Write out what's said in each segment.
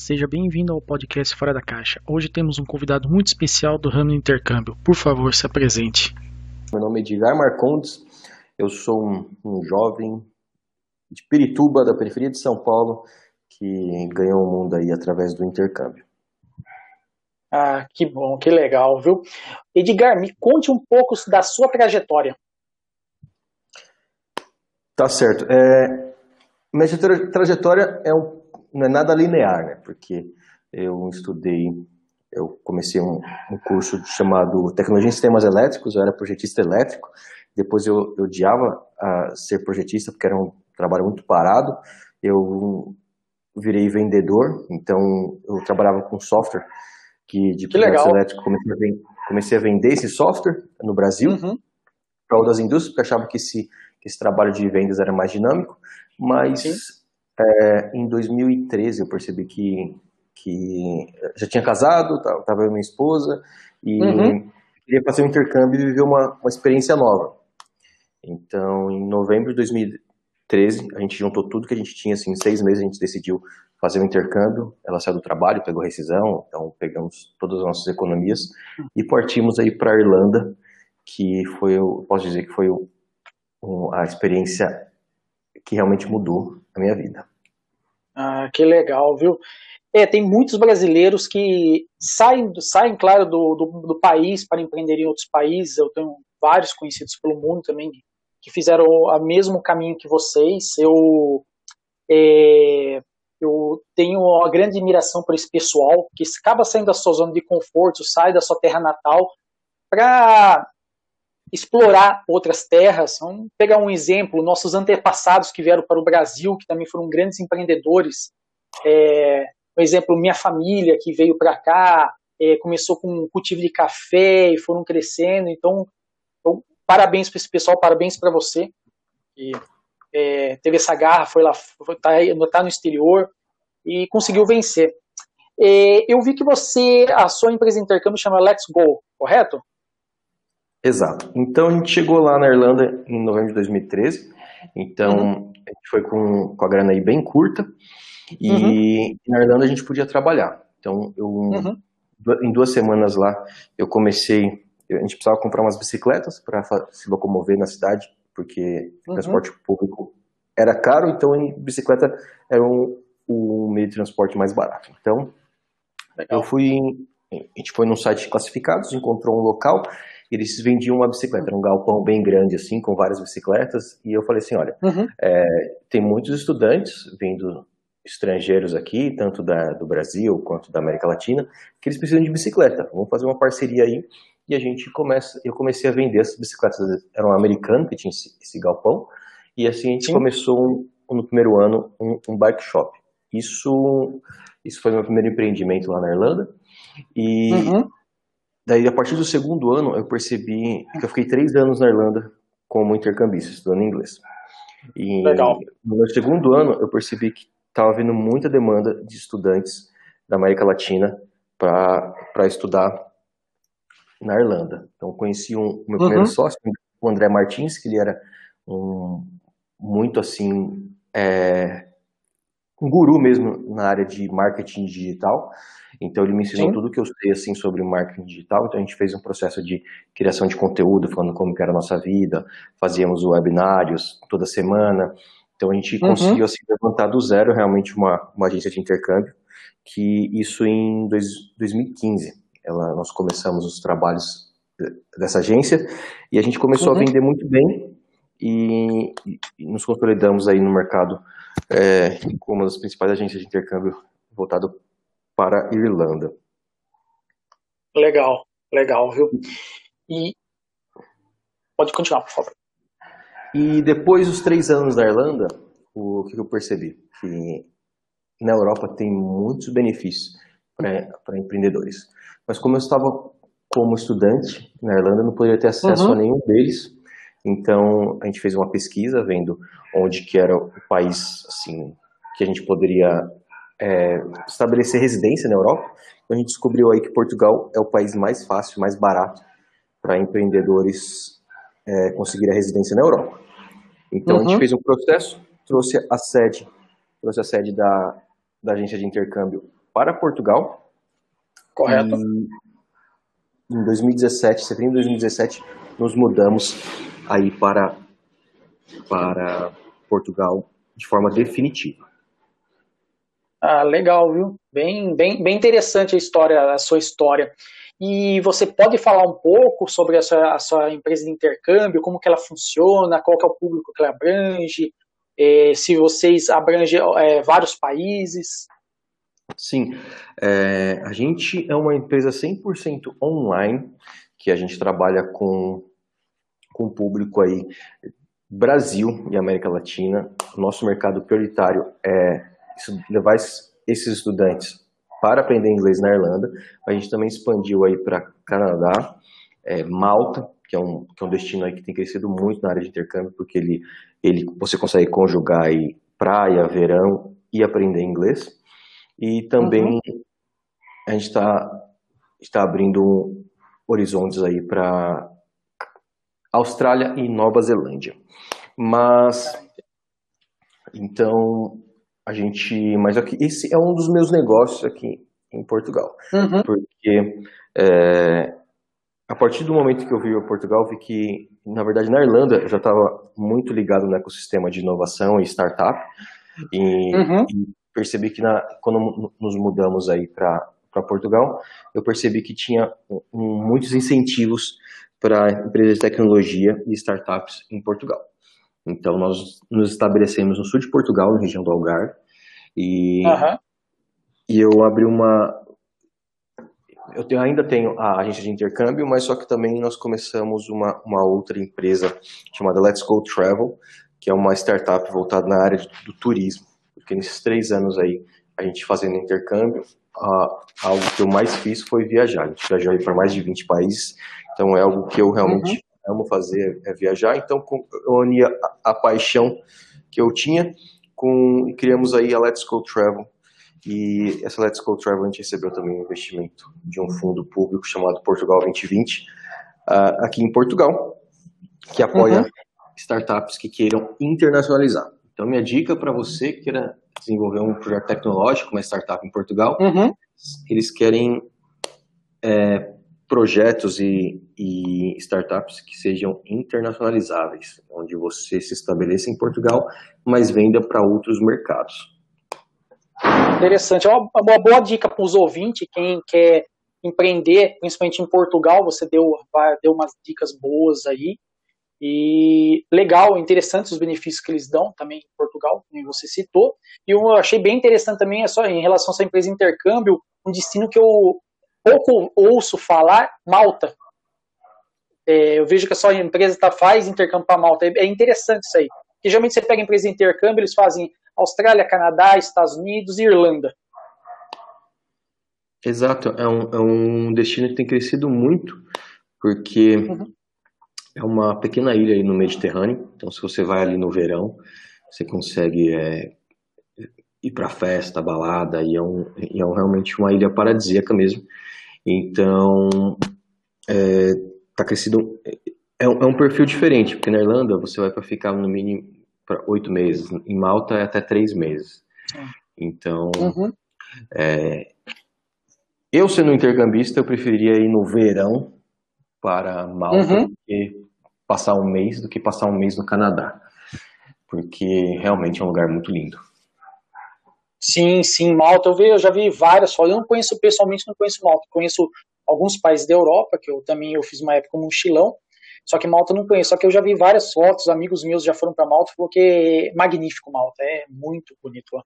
seja bem-vindo ao podcast Fora da Caixa. Hoje temos um convidado muito especial do ramo do intercâmbio. Por favor, se apresente. Meu nome é Edgar Marcondes, eu sou um jovem de Pirituba, da periferia de São Paulo, que ganhou o mundo aí através do intercâmbio. Ah, que bom, que legal, viu? Edgar, me conte um pouco da sua trajetória. Tá certo. Minha trajetória não é nada linear, né? Porque eu comecei um curso chamado Tecnologia em Sistemas Elétricos, eu era projetista elétrico, depois eu odiava ser projetista porque era um trabalho muito parado, eu virei vendedor, então eu trabalhava com software de projetos elétricos, comecei a vender esse software no Brasil, para outras indústrias, porque eu achava que esse trabalho de vendas era mais dinâmico, mas em 2013 eu percebi que já tinha casado, estava eu e minha esposa, e queria fazer um intercâmbio e viver uma experiência nova. Então, em novembro de 2013, a gente juntou tudo que a gente tinha, assim, em 6 meses a gente decidiu fazer um intercâmbio. Ela saiu do trabalho, pegou rescisão, então pegamos todas as nossas economias e partimos aí para a Irlanda, que foi, eu posso dizer que foi a experiência que realmente mudou a minha vida. Ah, que legal, viu? Tem muitos brasileiros que saem claro, do país para empreender em outros países. Eu tenho vários conhecidos pelo mundo também que fizeram o mesmo caminho que vocês. Eu tenho uma grande admiração por esse pessoal que acaba saindo da sua zona de conforto, sai da sua terra natal para explorar outras terras. Vamos pegar um exemplo, nossos antepassados que vieram para o Brasil, que também foram grandes empreendedores. Por exemplo, minha família que veio para cá, começou com um cultivo de café e foram crescendo. Então parabéns para esse pessoal, parabéns para você que teve essa garra, foi lá, tá no exterior e conseguiu vencer. Eu vi que a sua empresa de intercâmbio chama Let's Go, correto? Exato. Então a gente chegou lá na Irlanda em novembro de 2013, então a gente foi com a grana aí bem curta, e na Irlanda a gente podia trabalhar. Então em 2 semanas lá eu comecei, a gente precisava comprar umas bicicletas para se locomover na cidade, porque o transporte público era caro, então bicicleta era o meio de transporte mais barato. Então a gente foi num site de classificados, encontrou um local, eles vendiam uma bicicleta, era um galpão bem grande assim, com várias bicicletas, e eu falei assim, olha, tem muitos estudantes vindo estrangeiros aqui, tanto do Brasil quanto da América Latina, que eles precisam de bicicleta, vamos fazer uma parceria aí, e eu comecei a vender essas bicicletas, era um americano que tinha esse galpão, e assim a gente começou no primeiro ano um bike shop. Isso foi meu primeiro empreendimento lá na Irlanda, e daí a partir do segundo ano eu percebi que eu fiquei 3 anos na Irlanda como intercambista, estudando inglês. E no meu segundo ano eu percebi que estava havendo muita demanda de estudantes da América Latina para estudar na Irlanda. Então conheci o meu primeiro sócio, o André Martins, que ele era muito assim, um guru mesmo na área de marketing digital. Então ele me ensinou tudo que eu sei assim sobre marketing digital. Então a gente fez um processo de criação de conteúdo, falando como que era a nossa vida, fazíamos webinários toda semana. Então a gente conseguiu assim levantar do zero realmente uma agência de intercâmbio, que isso em 2015. Nós começamos os trabalhos dessa agência e a gente começou a vender muito bem e nos consolidamos aí no mercado como uma das principais agências de intercâmbio voltado para a Irlanda. Legal, viu? E pode continuar, por favor. E depois dos 3 anos da Irlanda, o que eu percebi? Que na Europa tem muitos benefícios para empreendedores. Mas como eu estava como estudante na Irlanda, não poderia ter acesso a nenhum deles. Então a gente fez uma pesquisa vendo onde que era o país assim, que a gente poderia estabelecer residência na Europa. Então a gente descobriu aí que Portugal é o país mais fácil, mais barato para empreendedores conseguir a residência na Europa. Então a gente fez um processo, trouxe a sede da agência de intercâmbio para Portugal. Correto. E em 2017, setembro de 2017, nos mudamos aí para Portugal de forma definitiva. Ah, legal, viu? Bem interessante a sua história. E você pode falar um pouco sobre a sua empresa de intercâmbio, como que ela funciona, qual que é o público que ela abrange, se vocês abrangem vários países? Sim, a gente é uma empresa 100% online, que a gente trabalha com público aí Brasil e América Latina. O nosso mercado prioritário é levar esses estudantes para aprender inglês na Irlanda. A gente também expandiu aí para Canadá, Malta, que é um destino aí que tem crescido muito na área de intercâmbio, porque você consegue conjugar aí praia, verão e aprender inglês. E também a gente está abrindo horizontes aí para Austrália e Nova Zelândia. Mas aqui, esse é um dos meus negócios aqui em Portugal, porque a partir do momento que eu vim a Portugal, vi que, na verdade, na Irlanda eu já estava muito ligado no ecossistema de inovação e startup, e percebi que quando nos mudamos aí para Portugal, eu percebi que tinha muitos incentivos para empresas de tecnologia e startups em Portugal. Então, nós nos estabelecemos no sul de Portugal, na região do Algarve, e eu abri ainda tenho a agência de intercâmbio, mas só que também nós começamos uma outra empresa chamada Let's Go Travel, que é uma startup voltada na área do turismo. Porque nesses 3 anos aí, a gente fazendo intercâmbio, algo que eu mais fiz foi viajar. A gente viajou aí para mais de 20 países, então é algo que eu realmente amo fazer, é viajar. Então eu uni a paixão que eu tinha e criamos aí a Let's Go Travel. E essa Let's Go Travel a gente recebeu também um investimento de um fundo público chamado Portugal 2020, aqui em Portugal, que apoia startups que queiram internacionalizar. Então, minha dica para você que queira desenvolver um projeto tecnológico, uma startup em Portugal, eles querem projetos e startups que sejam internacionalizáveis, onde você se estabeleça em Portugal, mas venda para outros mercados. Interessante. É uma boa dica para os ouvintes, quem quer empreender, principalmente em Portugal, você deu umas dicas boas aí. E legal, interessante os benefícios que eles dão também em Portugal, como você citou. E eu achei bem interessante também, em relação a essa empresa de intercâmbio, um destino que eu pouco ouço falar, Malta. Eu vejo que a sua empresa faz intercâmbio para Malta. É interessante isso aí. Porque geralmente você pega a empresa de intercâmbio, eles fazem Austrália, Canadá, Estados Unidos e Irlanda. Exato, é um destino que tem crescido muito, porque é uma pequena ilha aí no Mediterrâneo. Então, se você vai ali no verão, você consegue ir para festa, balada, e é realmente uma ilha paradisíaca mesmo. Então, tá crescido. É um perfil diferente, porque na Irlanda você vai para ficar no mínimo para 8 meses, em Malta é até 3 meses. Então, eu sendo intercambista, eu preferiria ir no verão para Malta do que passar um mês no Canadá, porque realmente é um lugar muito lindo. Sim, Malta, eu já vi várias fotos. Eu não conheço pessoalmente, não conheço Malta. Conheço alguns países da Europa, que eu fiz uma época um mochilão, só que Malta eu não conheço. Só que eu já vi várias fotos, amigos meus já foram para Malta, falou que é magnífico Malta, é muito bonito lá.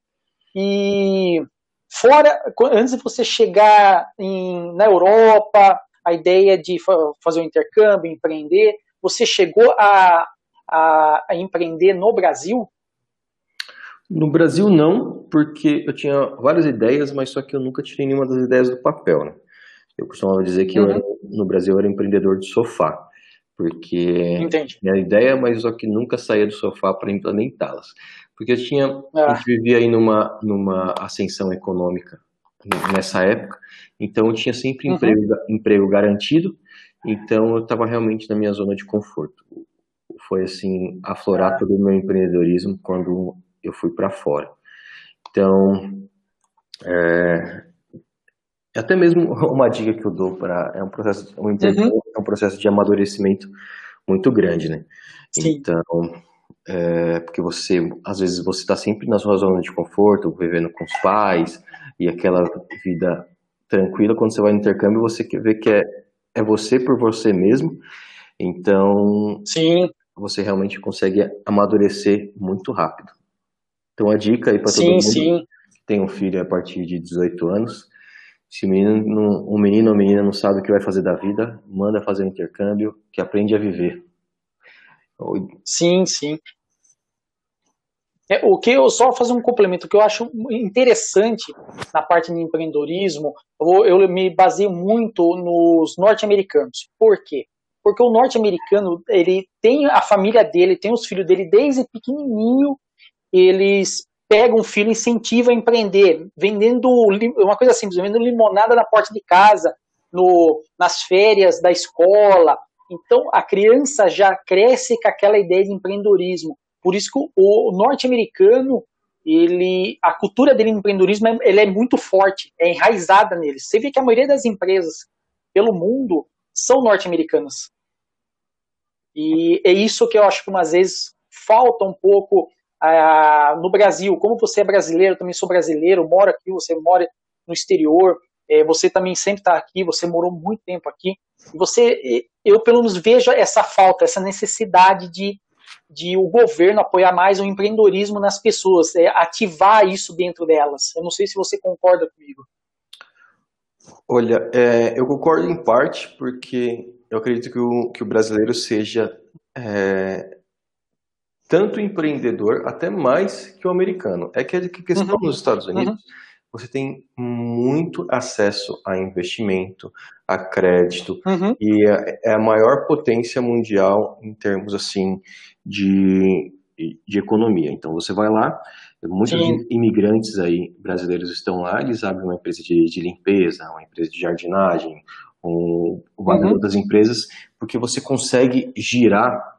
E antes de você chegar na Europa, a ideia de fazer um intercâmbio, empreender, você chegou a empreender no Brasil? No Brasil não, porque eu tinha várias ideias, mas só que eu nunca tirei nenhuma das ideias do papel, né? Eu costumava dizer que no Brasil eu era empreendedor de sofá, porque minha ideia, mas só que nunca saía do sofá para implementá-las. Porque a gente vivia aí numa ascensão econômica nessa época, então eu tinha sempre emprego garantido, então eu estava realmente na minha zona de conforto. Foi assim, aflorar todo o meu empreendedorismo quando eu fui para fora. Então, Até mesmo uma dica que eu dou para é um processo, é um processo de amadurecimento muito grande, né? Sim, Então, porque você, às vezes, você está sempre na sua zona de conforto, vivendo com os pais e aquela vida tranquila. Quando você vai no intercâmbio, você vê que é você por você mesmo. Então, sim, você realmente consegue amadurecer muito rápido. Então, a dica aí para todo sim, mundo sim. que tem um filho a partir de 18 anos, se o menino ou a menina não sabe o que vai fazer da vida, manda fazer um intercâmbio, que aprende a viver. Sim, sim. O que eu só fazer um complemento, o que eu acho interessante na parte de empreendedorismo, eu me baseio muito nos norte-americanos. Por quê? Porque o norte-americano, ele tem a família dele, tem os filhos dele desde pequenininho, eles pegam o filho e incentivam a empreender, vendendo uma coisa simples, vendendo limonada na porta de casa, nas férias da escola. Então a criança já cresce com aquela ideia de empreendedorismo. Por isso que o norte-americano, a cultura dele no empreendedorismo ele é muito forte, é enraizada neles. Você vê que a maioria das empresas pelo mundo são norte-americanas. E é isso que eu acho que umas vezes falta um pouco no Brasil. Como você é brasileiro, eu também sou brasileiro, moro aqui, você mora no exterior, você também sempre está aqui, você morou muito tempo aqui. Eu pelo menos vejo essa falta, essa necessidade de o governo apoiar mais o empreendedorismo nas pessoas, ativar isso dentro delas. Eu não sei se você concorda comigo. Olha, eu concordo em parte, porque eu acredito que o brasileiro seja tanto empreendedor, até mais que o americano. É que a questão nos Estados Unidos, você tem muito acesso a investimento, a crédito, e é a maior potência mundial em termos assim de economia. Então você vai lá, muitos imigrantes aí brasileiros estão lá, eles abrem uma empresa de limpeza, uma empresa de jardinagem, várias outras empresas, porque você consegue girar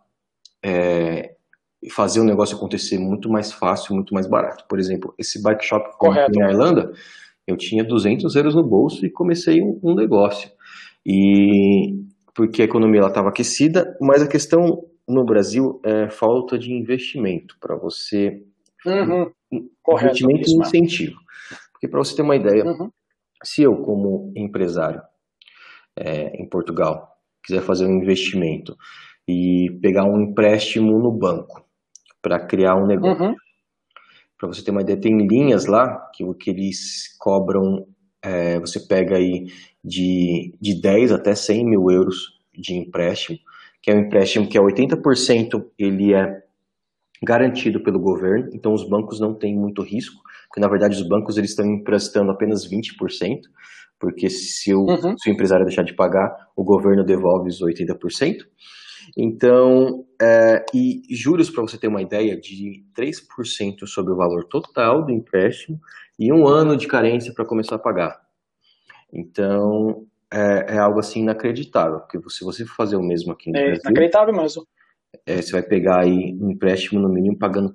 e fazer o negócio acontecer muito mais fácil, muito mais barato. Por exemplo, esse bike shop que eu montei na Irlanda, eu tinha 200 euros no bolso e comecei um negócio. E porque a economia estava aquecida, mas a questão no Brasil é falta de investimento para você. Investimento e incentivo. Porque para você ter uma ideia, se eu como empresário em Portugal quiser fazer um investimento e pegar um empréstimo no banco para criar um negócio. Para você ter uma ideia, tem linhas lá que eles cobram, você pega aí de 10 até 100 mil euros de empréstimo, que é um empréstimo que é 80% ele é garantido pelo governo, então os bancos não têm muito risco, porque na verdade os bancos eles estão emprestando apenas 20%, porque se o empresário deixar de pagar, o governo devolve os 80%. Então, e juros, para você ter uma ideia, de 3% sobre o valor total do empréstimo e 1 ano de carência para começar a pagar. Então, é algo assim inacreditável, porque se você for fazer o mesmo aqui no Brasil... Inacreditável mesmo. Você vai pegar aí um empréstimo no mínimo pagando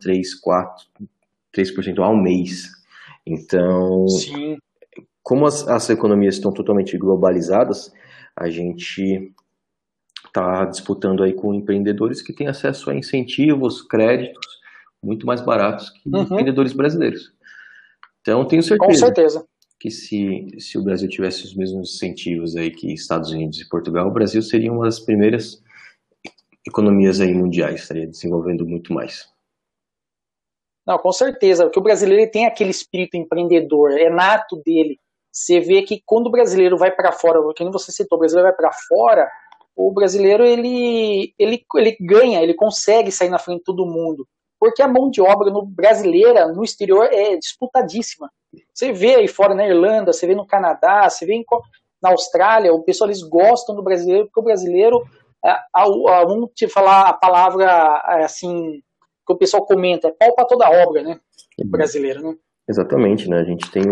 3% ao mês. Então, como as economias estão totalmente globalizadas, a gente está disputando aí com empreendedores que têm acesso a incentivos, créditos muito mais baratos que empreendedores brasileiros. Então, tenho certeza que se o Brasil tivesse os mesmos incentivos aí que Estados Unidos e Portugal, o Brasil seria uma das primeiras economias aí mundiais, estaria desenvolvendo muito mais. Não, com certeza, porque o brasileiro tem aquele espírito empreendedor, é nato dele. Você vê que quando o brasileiro vai para fora, como você citou, o brasileiro vai para fora, o brasileiro ele ganha, ele consegue sair na frente de todo mundo. Porque a mão de obra brasileira no exterior é disputadíssima. Você vê aí fora na Irlanda, você vê no Canadá, você vê na Austrália, o pessoal eles gostam do brasileiro, porque o brasileiro, vamos te falar a palavra assim, que o pessoal comenta, é pau para toda obra, né? Brasileiro, né? Exatamente, né? A gente tem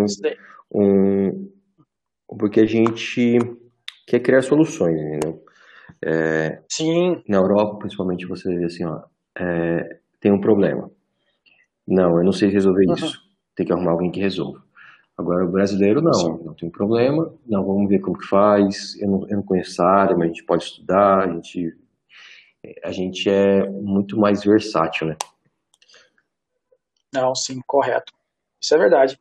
porque a gente quer criar soluções, entendeu? Sim. Na Europa, principalmente, você vê assim, ó, tem um problema. Não, eu não sei resolver isso. Tem que arrumar alguém que resolva. Agora, o brasileiro não tem problema, não, vamos ver como que faz, eu não conheço essa área, mas a gente pode estudar, a gente é muito mais versátil, né? Não, sim, correto. Isso é verdade.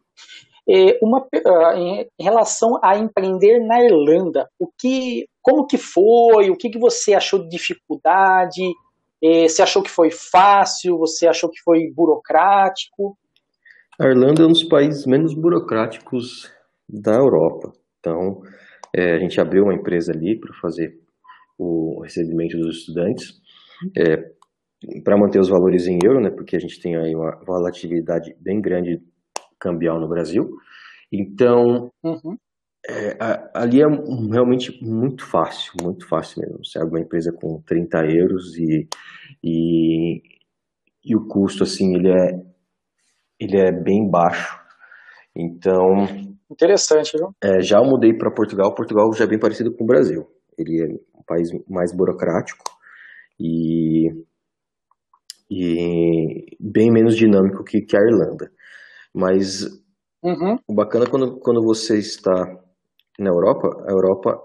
Em relação a empreender na Irlanda, como que foi? O que você achou de dificuldade? Você achou que foi fácil? Você achou que foi burocrático? A Irlanda é um dos países menos burocráticos da Europa. Então, a gente abriu uma empresa ali para fazer o recebimento dos estudantes, para manter os valores em euro, né? Porque a gente tem aí uma volatilidade bem grande cambial no Brasil. Então, ali é realmente muito fácil mesmo. Você abre uma empresa com 30 euros e o custo, assim, ele é bem baixo. Então, interessante, viu? já eu mudei para Portugal. Portugal já é bem parecido com o Brasil. Ele é um país mais burocrático e bem menos dinâmico que a Irlanda. Mas o bacana quando você está na Europa, a Europa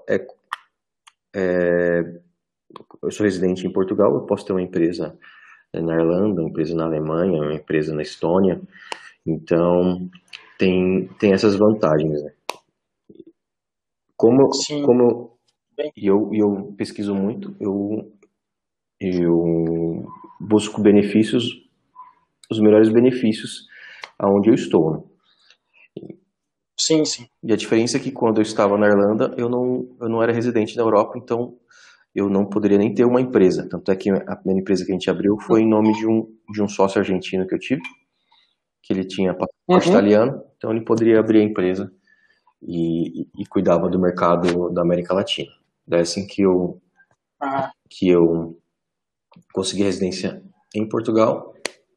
eu sou residente em Portugal, eu posso ter uma empresa na Irlanda, uma empresa na Alemanha, uma empresa na Estônia. Então, tem essas vantagens, né? Como eu pesquiso muito, eu busco benefícios, os melhores benefícios aonde eu estou, né? Sim. E a diferença é que quando eu estava na Irlanda, eu não era residente na Europa, então eu não poderia nem ter uma empresa. Tanto é que a primeira empresa que a gente abriu foi em nome de um sócio argentino que eu tive, que ele tinha passaporte italiano, então ele poderia abrir a empresa e cuidava do mercado da América Latina. Daí assim que eu consegui residência em Portugal,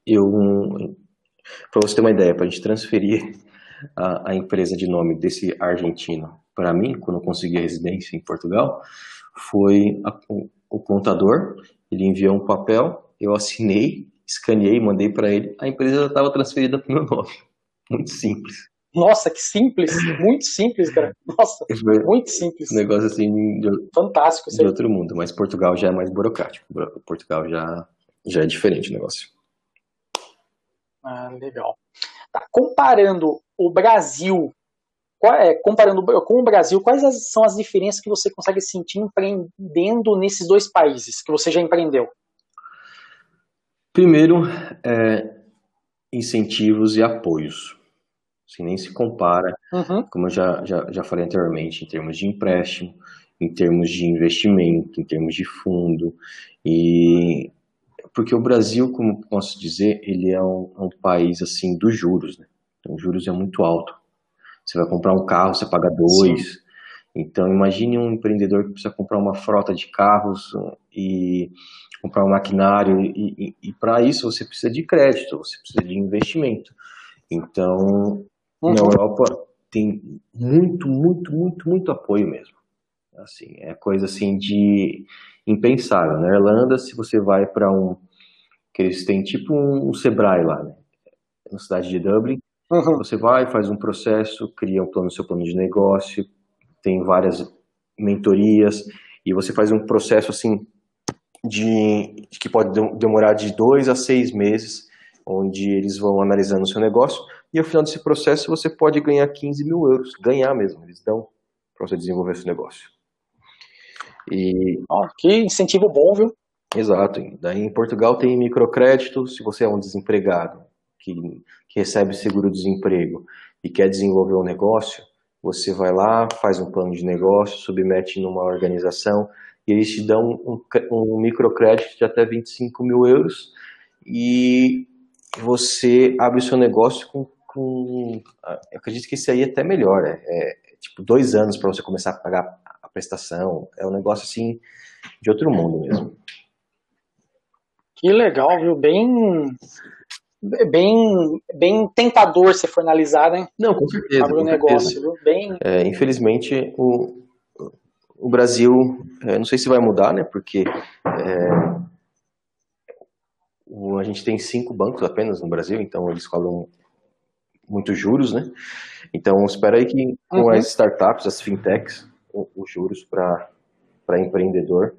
para você ter uma ideia, para a gente transferir a empresa de nome desse argentino para mim, quando eu consegui a residência em Portugal, foi o contador, ele enviou um papel, eu assinei, escaneei, mandei para ele, a empresa já estava transferida para o meu nome. Muito simples. Nossa, que simples, muito simples, cara. Nossa, muito simples. Um negócio assim fantástico, de outro mundo, mas Portugal já é mais burocrático. Portugal já é diferente o negócio. Ah, legal. Tá, comparando o Brasil, comparando com o Brasil, quais são as diferenças que você consegue sentir empreendendo nesses dois países que você já empreendeu? Primeiro, incentivos e apoios. Assim, nem se compara, como eu já falei anteriormente, em termos de empréstimo, em termos de investimento, em termos de fundo. Porque o Brasil, como posso dizer, ele é um país assim dos juros, né? Então, os juros é muito alto. Você vai comprar um carro, você paga 2. Sim. Então, imagine um empreendedor que precisa comprar uma frota de carros e comprar um maquinário. E para isso você precisa de crédito, você precisa de investimento. Então, na Europa tem muito apoio mesmo. Assim, é coisa assim de impensável. Na Irlanda, se você vai para que eles têm tipo um Sebrae lá, né? Na cidade de Dublin, você vai, faz um processo, cria seu plano de negócio, tem várias mentorias e você faz um processo assim que pode demorar de 2 a 6 meses, onde eles vão analisando o seu negócio e ao final desse processo você pode ganhar 15 mil euros, ganhar mesmo, eles dão para você desenvolver seu negócio. Que incentivo bom, viu? Exato. Daí em Portugal tem microcrédito, se você é um desempregado que recebe seguro-desemprego e quer desenvolver um negócio, você vai lá, faz um plano de negócio, submete numa organização e eles te dão um microcrédito de até 25 mil euros e você abre o seu negócio eu acredito que esse aí é até melhor, tipo 2 anos para você começar a pagar a prestação, é um negócio assim de outro mundo mesmo. Que legal, viu? Bem tentador se for analisar, né? Não, com certeza. Abre um negócio, viu? Infelizmente, o Brasil, não sei se vai mudar, né? Porque a gente tem 5 bancos apenas no Brasil, então eles cobram muitos juros, né? Então, espero aí que com as startups, as fintechs, os juros para empreendedor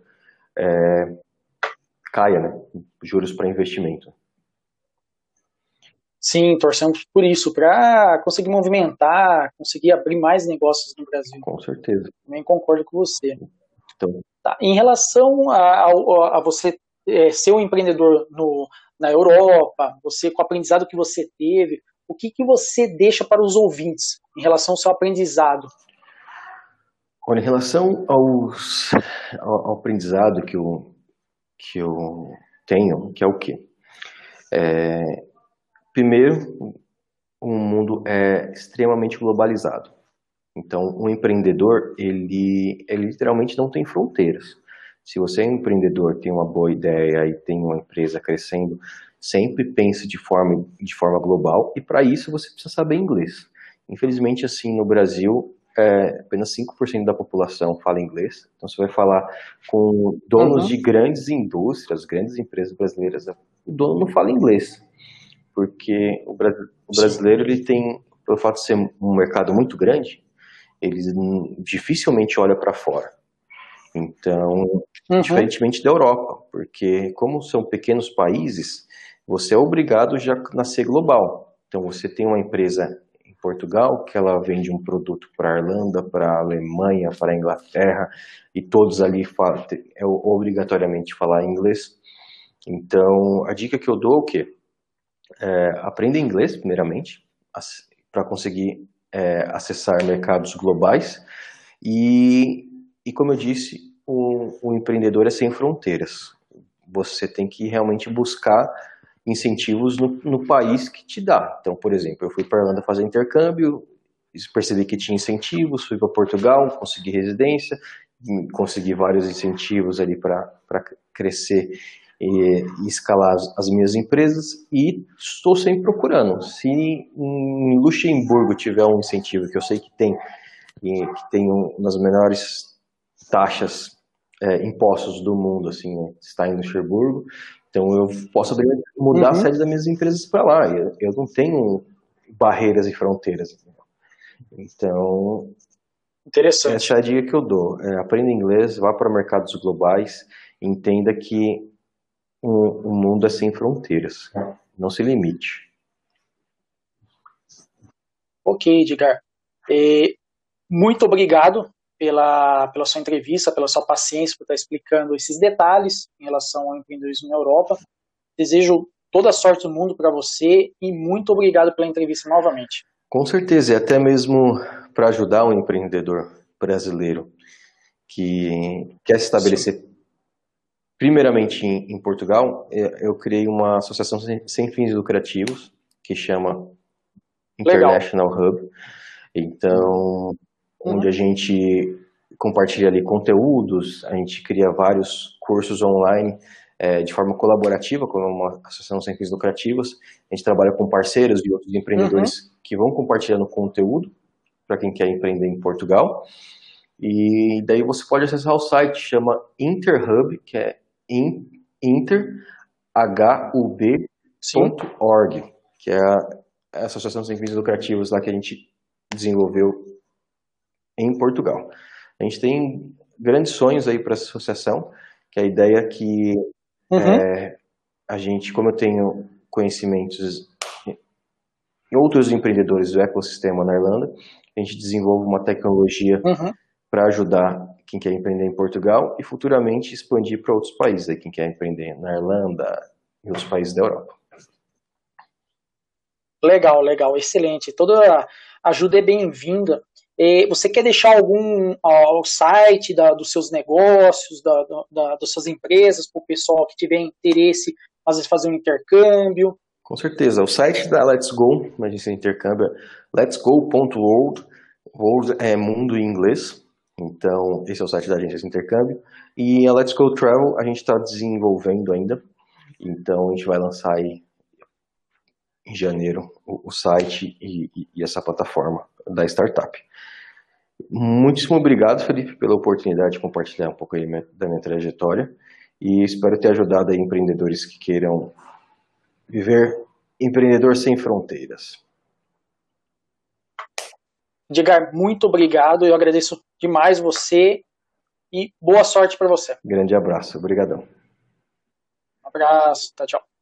caia, né? Juros para investimento. Sim, torcemos por isso, para conseguir movimentar, conseguir abrir mais negócios no Brasil. Com certeza. Também concordo com você. Então, tá. Em relação a você ser um empreendedor na Europa, você com o aprendizado que você teve, o que você deixa para os ouvintes em relação ao seu aprendizado? Olha, em relação ao aprendizado que eu tenho, que é o quê? Primeiro, o mundo é extremamente globalizado. Então, um empreendedor, ele literalmente não tem fronteiras. Se você é um empreendedor, tem uma boa ideia e tem uma empresa crescendo, sempre pense de forma global, e para isso você precisa saber inglês. Infelizmente, assim, no Brasil, apenas 5% da população fala inglês. Então, você vai falar com donos de grandes indústrias, grandes empresas brasileiras, o dono não fala inglês. Porque o brasileiro, ele tem, pelo fato de ser um mercado muito grande, ele dificilmente olha para fora. Então, diferentemente da Europa, porque como são pequenos países, você é obrigado já a nascer global. Então, você tem uma empresa em Portugal que ela vende um produto para a Irlanda, para a Alemanha, para a Inglaterra, e todos ali obrigatoriamente falar inglês. Então, a dica que eu dou é o quê? Aprenda inglês, primeiramente, para conseguir acessar mercados globais. E como eu disse, o empreendedor é sem fronteiras. Você tem que realmente buscar incentivos no país que te dá. Então, por exemplo, eu fui para a Irlanda fazer intercâmbio, percebi que tinha incentivos, fui para Portugal, consegui residência, consegui vários incentivos ali para crescer e escalar as minhas empresas, e estou sempre procurando. Se em Luxemburgo tiver um incentivo, que eu sei que tem, que tem uma das menores taxas, impostos do mundo, assim, né? Está em Luxemburgo, então eu posso mudar a sede das minhas empresas para lá. Eu não tenho barreiras e fronteiras. Então, interessante. Essa é a dica que eu dou. Aprenda inglês, vá para mercados globais, entenda que o mundo é sem fronteiras. Não se limite. Ok, Edgar. Muito obrigado pela sua entrevista, pela sua paciência, por estar explicando esses detalhes em relação ao empreendedorismo na Europa. Desejo toda a sorte do mundo para você e muito obrigado pela entrevista novamente. Com certeza, e até mesmo para ajudar um empreendedor brasileiro que quer se estabelecer primeiramente em Portugal, eu criei uma associação sem fins lucrativos que chama International Hub. Então, onde a gente compartilha ali conteúdos, a gente cria vários cursos online de forma colaborativa, como uma associação sem fins lucrativos. A gente trabalha com parceiros e outros empreendedores que vão compartilhando conteúdo para quem quer empreender em Portugal. E daí você pode acessar o site, chama Interhub, que é interhub.org, que é a associação sem fins lucrativos lá que a gente desenvolveu em Portugal. A gente tem grandes sonhos aí para essa associação, que a ideia é que a gente, como eu tenho conhecimentos em outros empreendedores do ecossistema na Irlanda, a gente desenvolve uma tecnologia para ajudar quem quer empreender em Portugal e futuramente expandir para outros países, aí, quem quer empreender na Irlanda e outros países da Europa. Legal, legal, excelente. Toda ajuda é bem-vinda. Você quer deixar algum site dos seus negócios, das suas empresas, para o pessoal que tiver interesse, às vezes fazer um intercâmbio? Com certeza. O site da Let's Go, uma agência de intercâmbio, é letsgo.world. World é mundo em inglês. Então, esse é o site da agência de intercâmbio. E a Let's Go Travel a gente está desenvolvendo ainda. Então, a gente vai lançar aí em janeiro o site e essa plataforma da startup. Muitíssimo obrigado, Felipe, pela oportunidade de compartilhar um pouco aí da minha trajetória. E espero ter ajudado aí empreendedores que queiram viver empreendedor sem fronteiras. Edgar, muito obrigado. Eu agradeço demais você e boa sorte para você. Grande abraço. Obrigadão. Um abraço. Tchau, tchau.